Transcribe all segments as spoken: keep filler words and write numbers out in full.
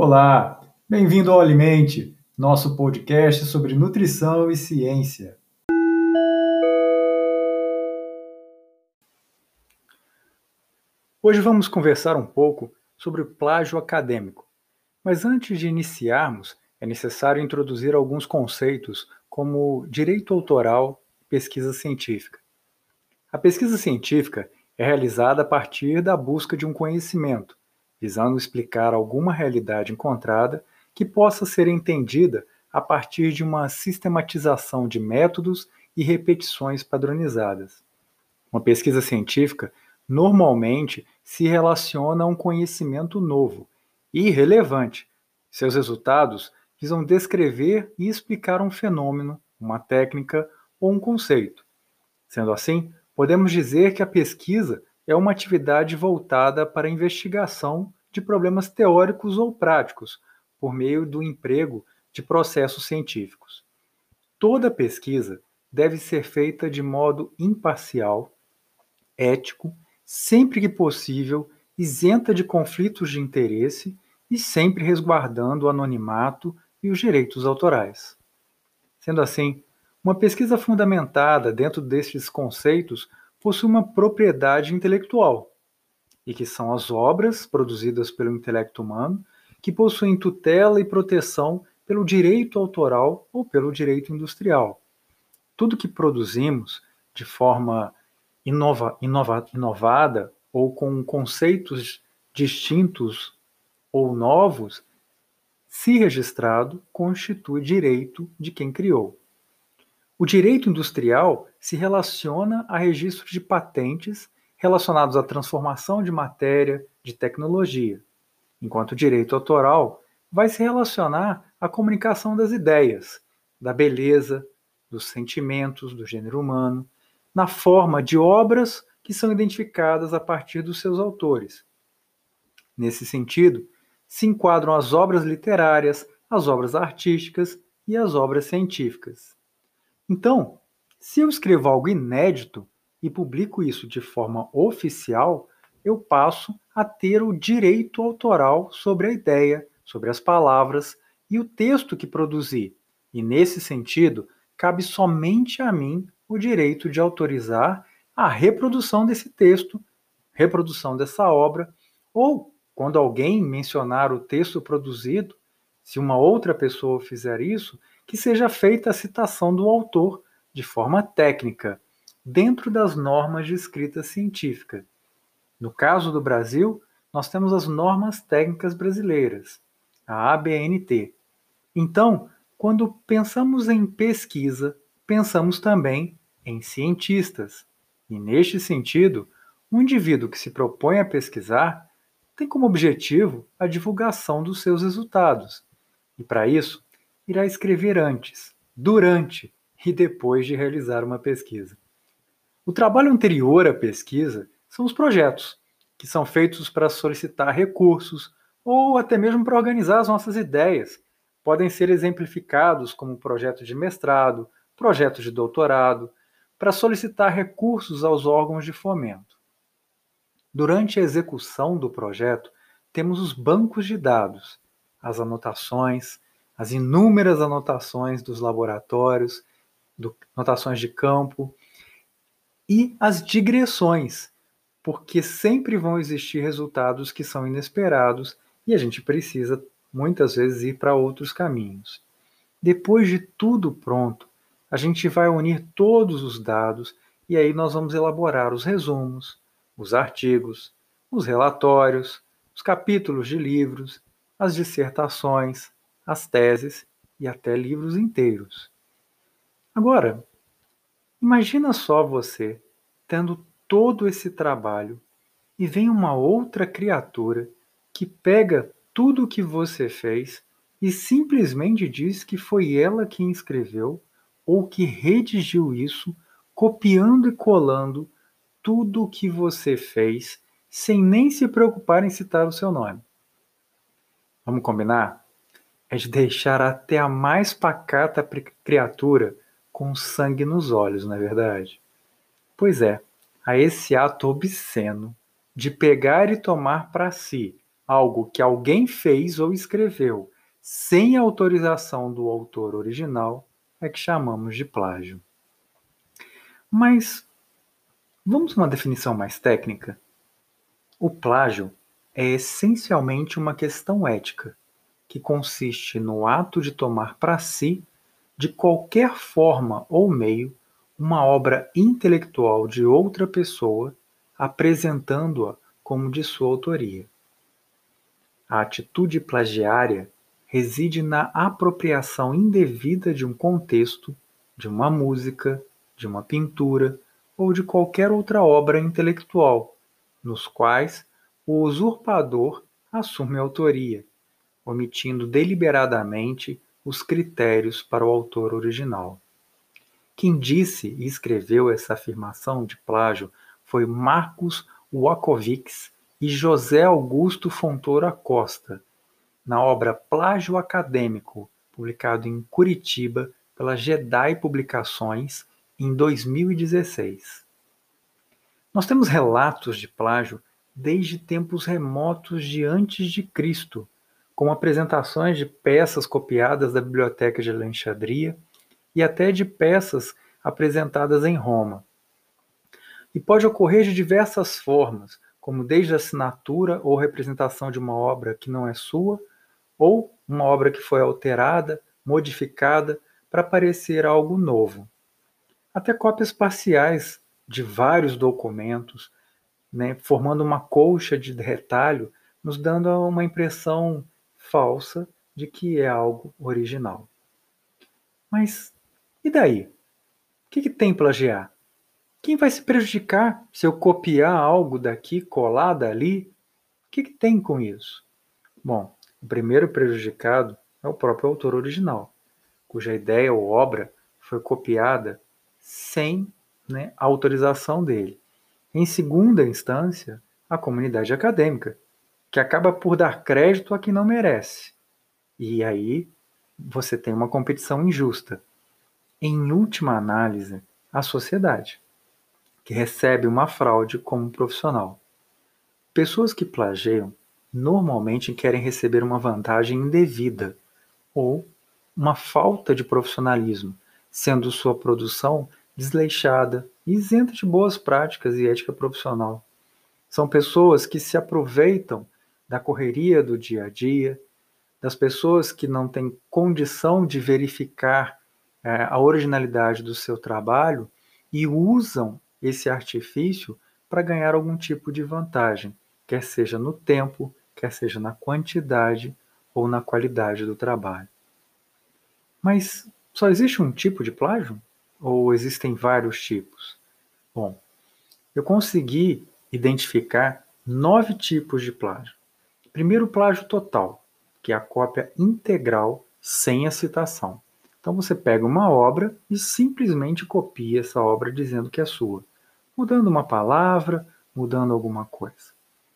Olá, bem-vindo ao Alimente, nosso podcast sobre nutrição e ciência. Hoje vamos conversar um pouco sobre o plágio acadêmico, mas antes de iniciarmos, é necessário introduzir alguns conceitos como direito autoral e pesquisa científica. A pesquisa científica é realizada a partir da busca de um conhecimento, visando explicar alguma realidade encontrada que possa ser entendida a partir de uma sistematização de métodos e repetições padronizadas. Uma pesquisa científica normalmente se relaciona a um conhecimento novo e relevante. Seus resultados visam descrever e explicar um fenômeno, uma técnica ou um conceito. Sendo assim, podemos dizer que a pesquisa é uma atividade voltada para a investigação de problemas teóricos ou práticos, por meio do emprego de processos científicos. Toda pesquisa deve ser feita de modo imparcial, ético, sempre que possível, isenta de conflitos de interesse e sempre resguardando o anonimato e os direitos autorais. Sendo assim, uma pesquisa fundamentada dentro destes conceitos possui uma propriedade intelectual, e que são as obras produzidas pelo intelecto humano que possuem tutela e proteção pelo direito autoral ou pelo direito industrial. Tudo que produzimos de forma inova, inova, inovada ou com conceitos distintos ou novos, se registrado, constitui direito de quem criou. O direito industrial se relaciona a registros de patentes relacionados à transformação de matéria, de tecnologia, enquanto o direito autoral vai se relacionar à comunicação das ideias, da beleza, dos sentimentos do gênero humano, na forma de obras que são identificadas a partir dos seus autores. Nesse sentido, se enquadram as obras literárias, as obras artísticas e as obras científicas. Então, se eu escrevo algo inédito e publico isso de forma oficial, eu passo a ter o direito autoral sobre a ideia, sobre as palavras e o texto que produzi. E, nesse sentido, cabe somente a mim o direito de autorizar a reprodução desse texto, reprodução dessa obra, ou, quando alguém mencionar o texto produzido, se uma outra pessoa fizer isso, que seja feita a citação do autor de forma técnica, dentro das normas de escrita científica. No caso do Brasil, nós temos as normas técnicas brasileiras, a A B N T. Então, quando pensamos em pesquisa, pensamos também em cientistas. E, neste sentido, um indivíduo que se propõe a pesquisar tem como objetivo a divulgação dos seus resultados. E, para isso, irá escrever antes, durante e depois de realizar uma pesquisa. O trabalho anterior à pesquisa são os projetos, que são feitos para solicitar recursos ou até mesmo para organizar as nossas ideias. Podem ser exemplificados como projeto de mestrado, projeto de doutorado, para solicitar recursos aos órgãos de fomento. Durante a execução do projeto, temos os bancos de dados, as anotações, as inúmeras anotações dos laboratórios, do, anotações de campo e as digressões, porque sempre vão existir resultados que são inesperados e a gente precisa muitas vezes ir para outros caminhos. Depois de tudo pronto, a gente vai unir todos os dados e aí nós vamos elaborar os resumos, os artigos, os relatórios, os capítulos de livros, as dissertações, as teses e até livros inteiros. Agora, imagina só você tendo todo esse trabalho e vem uma outra criatura que pega tudo o que você fez e simplesmente diz que foi ela quem escreveu ou que redigiu isso, copiando e colando tudo o que você fez, sem nem se preocupar em citar o seu nome. Vamos combinar? É de deixar até a mais pacata criatura com sangue nos olhos, não é verdade? Pois é, a esse ato obsceno de pegar e tomar para si algo que alguém fez ou escreveu sem autorização do autor original é que chamamos de plágio. Mas vamos a uma definição mais técnica? O plágio é essencialmente uma questão ética, que consiste no ato de tomar para si, de qualquer forma ou meio, uma obra intelectual de outra pessoa, apresentando-a como de sua autoria. A atitude plagiária reside na apropriação indevida de um contexto, de uma música, de uma pintura ou de qualquer outra obra intelectual, nos quais o usurpador assume a autoria, omitindo deliberadamente os critérios para o autor original. Quem disse e escreveu essa afirmação de plágio foi Marcus Wachowicz e José Augusto Fontoura Costa, na obra Plágio Acadêmico, publicado em Curitiba pela Jedi Publicações em dois mil e dezesseis. Nós temos relatos de plágio desde tempos remotos de antes de Cristo, como apresentações de peças copiadas da Biblioteca de Alexandria e até de peças apresentadas em Roma. E pode ocorrer de diversas formas, como desde a assinatura ou representação de uma obra que não é sua, ou uma obra que foi alterada, modificada, para parecer algo novo. Até cópias parciais de vários documentos, né, formando uma colcha de retalho, nos dando uma impressão falsa de que é algo original. Mas e daí? O que, que tem plagiar? Quem vai se prejudicar se eu copiar algo daqui, colar dali? O que, que tem com isso? Bom, o primeiro prejudicado é o próprio autor original, cuja ideia ou obra foi copiada sem, né, a autorização dele. Em segunda instância, a comunidade acadêmica, que acaba por dar crédito a quem não merece. E aí você tem uma competição injusta. Em última análise, a sociedade, que recebe uma fraude como profissional. Pessoas que plagiam normalmente querem receber uma vantagem indevida ou uma falta de profissionalismo, sendo sua produção desleixada e isenta de boas práticas e ética profissional. São pessoas que se aproveitam da correria do dia a dia, das pessoas que não têm condição de verificar é, a originalidade do seu trabalho e usam esse artifício para ganhar algum tipo de vantagem, quer seja no tempo, quer seja na quantidade ou na qualidade do trabalho. Mas só existe um tipo de plágio? Ou existem vários tipos? Bom, eu consegui identificar nove tipos de plágio. Primeiro, o plágio total, que é a cópia integral sem a citação. Então você pega uma obra e simplesmente copia essa obra dizendo que é sua, mudando uma palavra, mudando alguma coisa,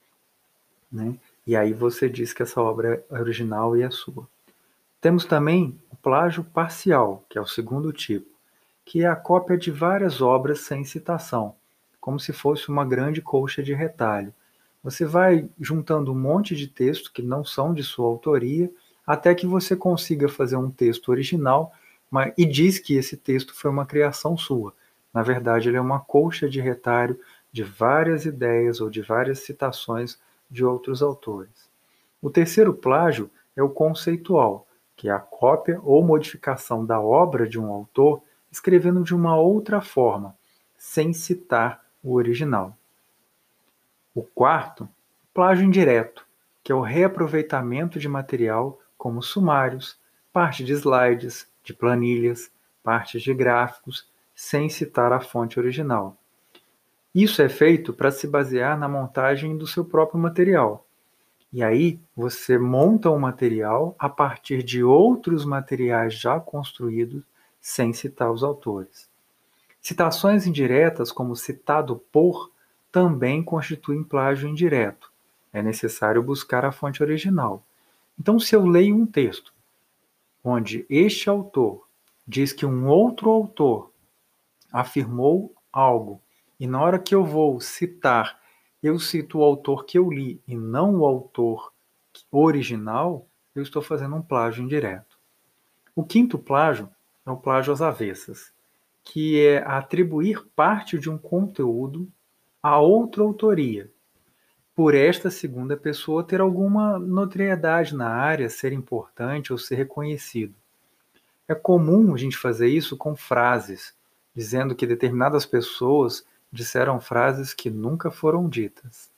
né? E aí você diz que essa obra é original e é sua. Temos também o plágio parcial, que é o segundo tipo, que é a cópia de várias obras sem citação, como se fosse uma grande colcha de retalho. Você vai juntando um monte de textos que não são de sua autoria, até que você consiga fazer um texto original, mas, e diz que esse texto foi uma criação sua. Na verdade, ele é uma colcha de retalho de várias ideias ou de várias citações de outros autores. O terceiro plágio é o conceitual, que é a cópia ou modificação da obra de um autor escrevendo de uma outra forma, sem citar o original. O quarto, plágio indireto, que é o reaproveitamento de material como sumários, parte de slides, de planilhas, partes de gráficos, sem citar a fonte original. Isso é feito para se basear na montagem do seu próprio material. E aí você monta um material a partir de outros materiais já construídos, sem citar os autores. Citações indiretas, como citado por, também constituem plágio indireto. É necessário buscar a fonte original. Então, se eu leio um texto onde este autor diz que um outro autor afirmou algo, e na hora que eu vou citar, eu cito o autor que eu li e não o autor original, eu estou fazendo um plágio indireto. O quinto plágio é o plágio às avessas, que é atribuir parte de um conteúdo a outra autoria, por esta segunda pessoa ter alguma notoriedade na área, ser importante ou ser reconhecido. É comum a gente fazer isso com frases, dizendo que determinadas pessoas disseram frases que nunca foram ditas.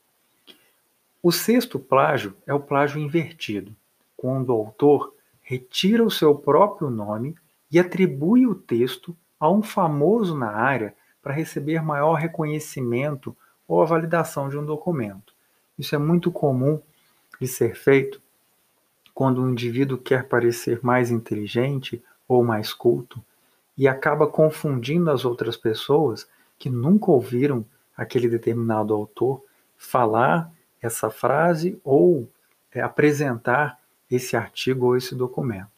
O sexto plágio é o plágio invertido, quando o autor retira o seu próprio nome e atribui o texto a um famoso na área para receber maior reconhecimento ou a validação de um documento. Isso é muito comum de ser feito quando um indivíduo quer parecer mais inteligente ou mais culto e acaba confundindo as outras pessoas que nunca ouviram aquele determinado autor falar essa frase ou é, apresentar esse artigo ou esse documento.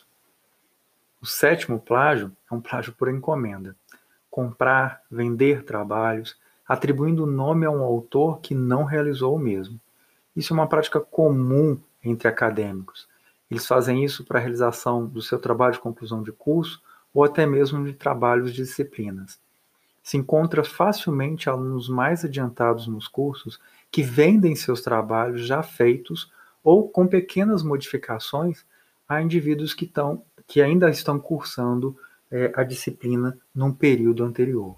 O sétimo plágio é um plágio por encomenda. Comprar, vender trabalhos, atribuindo nome a um autor que não realizou o mesmo. Isso é uma prática comum entre acadêmicos. Eles fazem isso para a realização do seu trabalho de conclusão de curso ou até mesmo de trabalhos de disciplinas. Se encontra facilmente alunos mais adiantados nos cursos que vendem seus trabalhos já feitos ou com pequenas modificações a indivíduos que, tão, que ainda estão cursando é, a disciplina num período anterior.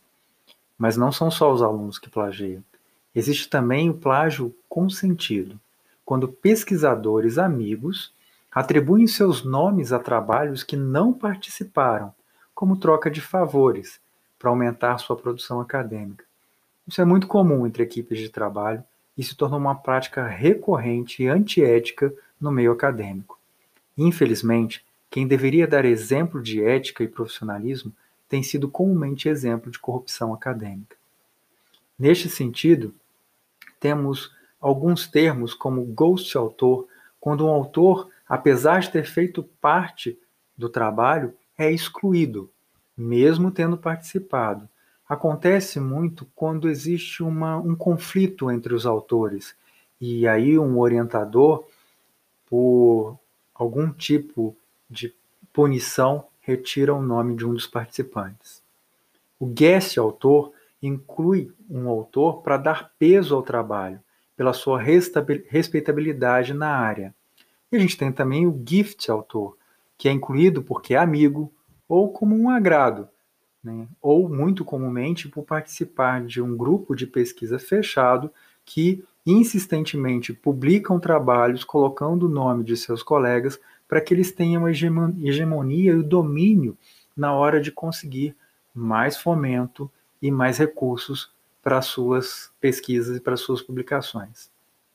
Mas não são só os alunos que plagiam. Existe também o plágio consentido, quando pesquisadores amigos atribuem seus nomes a trabalhos que não participaram, como troca de favores, para aumentar sua produção acadêmica. Isso é muito comum entre equipes de trabalho e se tornou uma prática recorrente e antiética no meio acadêmico. Infelizmente, quem deveria dar exemplo de ética e profissionalismo tem sido comumente exemplo de corrupção acadêmica. Neste sentido, temos alguns termos como ghost autor, quando um autor, apesar de ter feito parte do trabalho, é excluído, mesmo tendo participado. Acontece muito quando existe uma, um conflito entre os autores, e aí um orientador, por algum tipo de punição, retira o nome de um dos participantes. O guest autor inclui um autor para dar peso ao trabalho, pela sua respeitabilidade na área. E a gente tem também o gift autor, que é incluído porque é amigo ou como um agrado, né? Ou muito comumente por participar de um grupo de pesquisa fechado que insistentemente publicam trabalhos colocando o nome de seus colegas para que eles tenham a hegemonia e o domínio na hora de conseguir mais fomento e mais recursos para suas pesquisas e para suas publicações.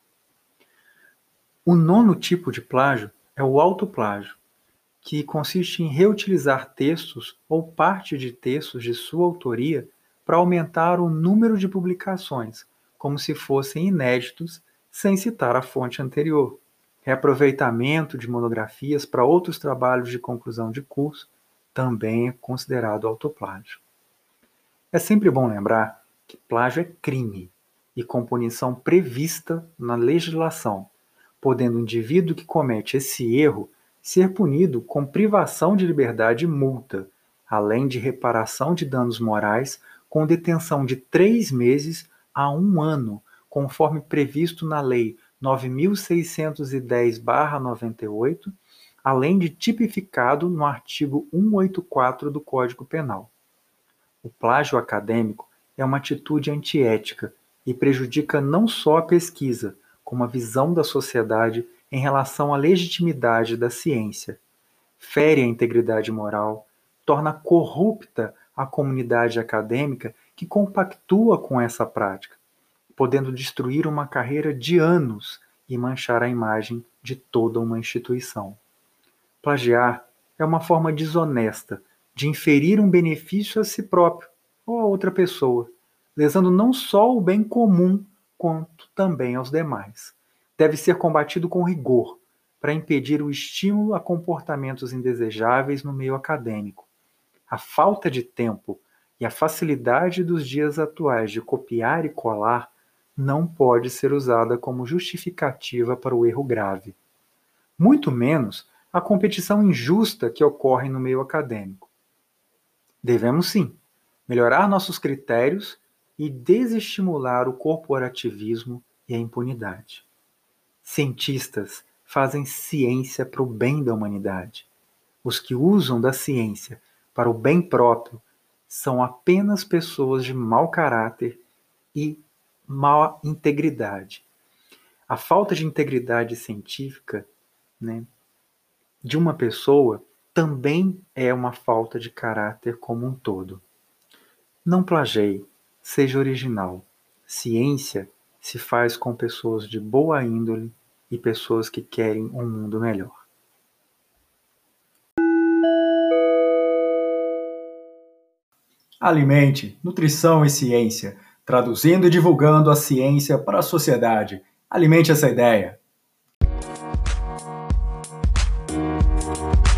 O nono tipo de plágio é o autoplágio, que consiste em reutilizar textos ou parte de textos de sua autoria para aumentar o número de publicações, como se fossem inéditos, sem citar a fonte anterior. Reaproveitamento de monografias para outros trabalhos de conclusão de curso também é considerado autoplágio. É sempre bom lembrar que plágio é crime e com punição prevista na legislação, podendo o indivíduo que comete esse erro ser punido com privação de liberdade e multa, além de reparação de danos morais com detenção de três meses a um ano, conforme previsto na Lei nove mil seiscentos e dez barra noventa e oito, além de tipificado no artigo cento e oitenta e quatro do Código Penal. O plágio acadêmico é uma atitude antiética e prejudica não só a pesquisa, como a visão da sociedade em relação à legitimidade da ciência. Fere a integridade moral, torna corrupta a comunidade acadêmica que compactua com essa prática, podendo destruir uma carreira de anos e manchar a imagem de toda uma instituição. Plagiar é uma forma desonesta de inferir um benefício a si próprio ou a outra pessoa, lesando não só o bem comum, quanto também aos demais. Deve ser combatido com rigor, para impedir o estímulo a comportamentos indesejáveis no meio acadêmico. A falta de tempo e a facilidade dos dias atuais de copiar e colar não pode ser usada como justificativa para o erro grave. Muito menos a competição injusta que ocorre no meio acadêmico. Devemos, sim, melhorar nossos critérios e desestimular o corporativismo e a impunidade. Cientistas fazem ciência para o bem da humanidade. Os que usam da ciência para o bem próprio são apenas pessoas de mau caráter e má integridade. A falta de integridade científica, né, de uma pessoa também é uma falta de caráter como um todo. Não plagie, seja original. Ciência se faz com pessoas de boa índole e pessoas que querem um mundo melhor. Alimente, Nutrição e Ciência, traduzindo e divulgando a ciência para a sociedade. Alimente essa ideia.